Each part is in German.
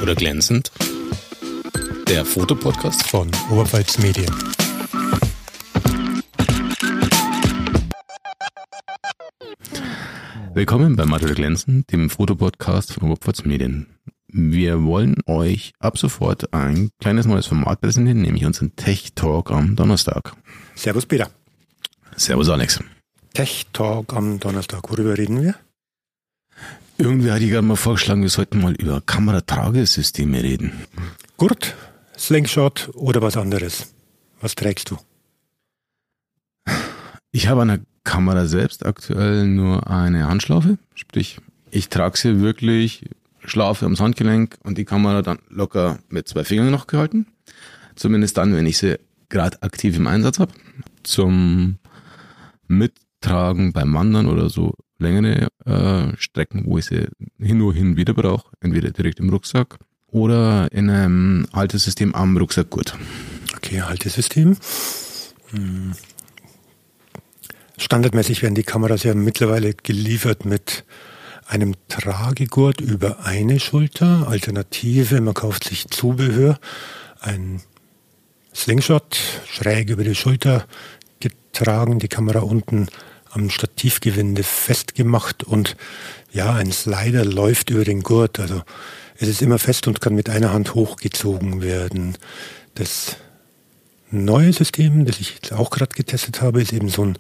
oder glänzend? Der Fotopodcast von Oberpfalz Medien. Willkommen bei Matt oder glänzend, dem Fotopodcast von Oberpfalz Medien. Wir wollen euch ab sofort ein kleines neues Format präsentieren, nämlich unseren Tech Talk am Donnerstag. Servus Peter. Servus Alex. Tech Talk am Donnerstag, worüber reden wir? Irgendwie hatte ich gerade mal vorgeschlagen, wir sollten mal über Kameratragesysteme reden. Gurt, Slingshot oder was anderes? Was trägst du? Ich habe an der Kamera selbst aktuell nur eine Handschlaufe, sprich ich trage sie wirklich, Schlaufe ums Handgelenk und die Kamera dann locker mit 2 Fingern noch gehalten. Zumindest dann, wenn ich sie gerade aktiv im Einsatz habe. Zum Mittragen beim Wandern oder so längere Strecken, wo ich sie nur hin und wieder brauche, entweder direkt im Rucksack oder in einem Haltesystem am Rucksackgurt. Okay, Haltesystem. Standardmäßig werden die Kameras ja mittlerweile geliefert mit einem Tragegurt über eine Schulter. Alternative, man kauft sich Zubehör, ein Slingshot schräg über die Schulter getragen, die Kamera unten am Stativgewinde festgemacht und ja, ein Slider läuft über den Gurt. Also es ist immer fest und kann mit einer Hand hochgezogen werden. Das neue System, das ich jetzt auch gerade getestet habe, ist eben so ein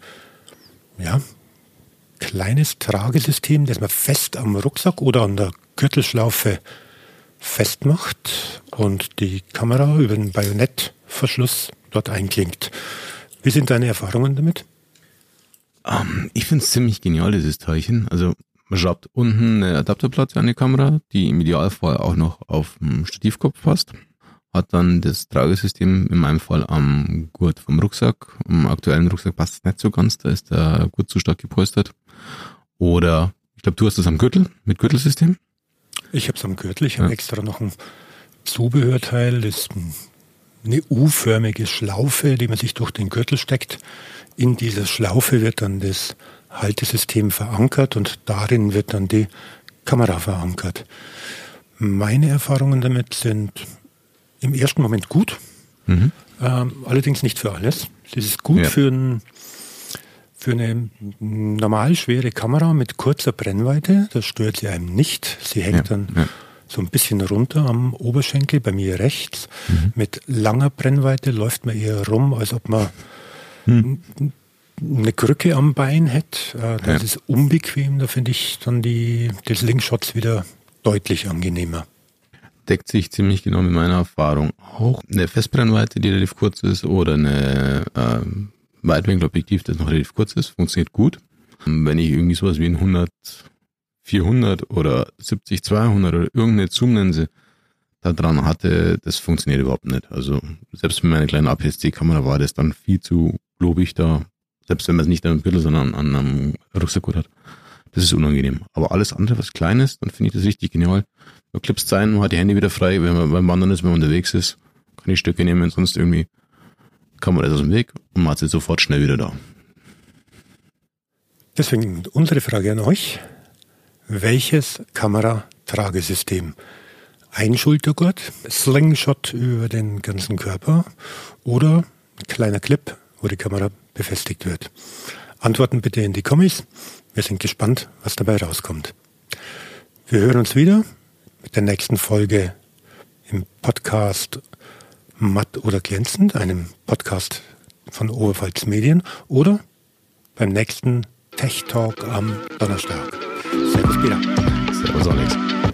kleines Tragesystem, das man fest am Rucksack oder an der Gürtelschlaufe festmacht und die Kamera über den Bajonettverschluss dort einklingt. Wie sind deine Erfahrungen damit? Ich finde es ziemlich genial, dieses Teilchen. Also man schraubt unten eine Adapterplatte an die Kamera, die im Idealfall auch noch auf den Stativkopf passt. Hat dann das Tragesystem in meinem Fall am Gurt vom Rucksack. Am aktuellen Rucksack passt es nicht so ganz, da ist der Gurt zu stark gepolstert. Oder, ich glaube, du hast das am Gürtel, mit Gürtelsystem? Ich habe es am Gürtel, ich habe extra noch ein Zubehörteil, das ist eine U-förmige Schlaufe, die man sich durch den Gürtel steckt. In dieser Schlaufe wird dann das Haltesystem verankert und darin wird dann die Kamera verankert. Meine Erfahrungen damit sind im ersten Moment gut, allerdings nicht für alles. Es ist gut für eine normal schwere Kamera mit kurzer Brennweite, das stört sie einem nicht. Sie hängt dann so ein bisschen runter am Oberschenkel, bei mir rechts. Mit langer Brennweite läuft man eher rum, als ob man eine Krücke am Bein hätte. Das ist unbequem, da finde ich dann die Slingshots wieder deutlich angenehmer. Deckt sich ziemlich genau mit meiner Erfahrung. Auch eine Festbrennweite, die relativ kurz ist, oder eine Weitwinkelobjektiv, das noch relativ kurz ist, funktioniert gut. Wenn ich irgendwie sowas wie ein 100-400 oder 70-200 oder irgendeine Zoom-Linse da dran hatte, das funktioniert überhaupt nicht. Also selbst mit meiner kleinen APS-C-Kamera war das dann viel zu lobig da, selbst wenn man es nicht am Gürtel, sondern an einem Rucksackgurt hat. Das ist unangenehm. Aber alles andere, was klein ist, dann finde ich das richtig genial. Man klipst sein, man hat die Hände wieder frei, wenn man beim Wandern ist, wenn man unterwegs ist, kann die Stücke nehmen, sonst irgendwie kann man das aus dem Weg und man hat sie sofort schnell wieder da. Deswegen unsere Frage an euch. Welches Kameratragesystem? Ein Schultergurt, Slingshot über den ganzen Körper oder ein kleiner Clip, wo die Kamera befestigt wird? Antworten bitte in die Kommis. Wir sind gespannt, was dabei rauskommt. Wir hören uns wieder mit der nächsten Folge im Podcast Matt oder glänzend, einem Podcast von Oberpfalz Medien oder beim nächsten Tech Talk am Donnerstag. Servus Peter. Servus Alex.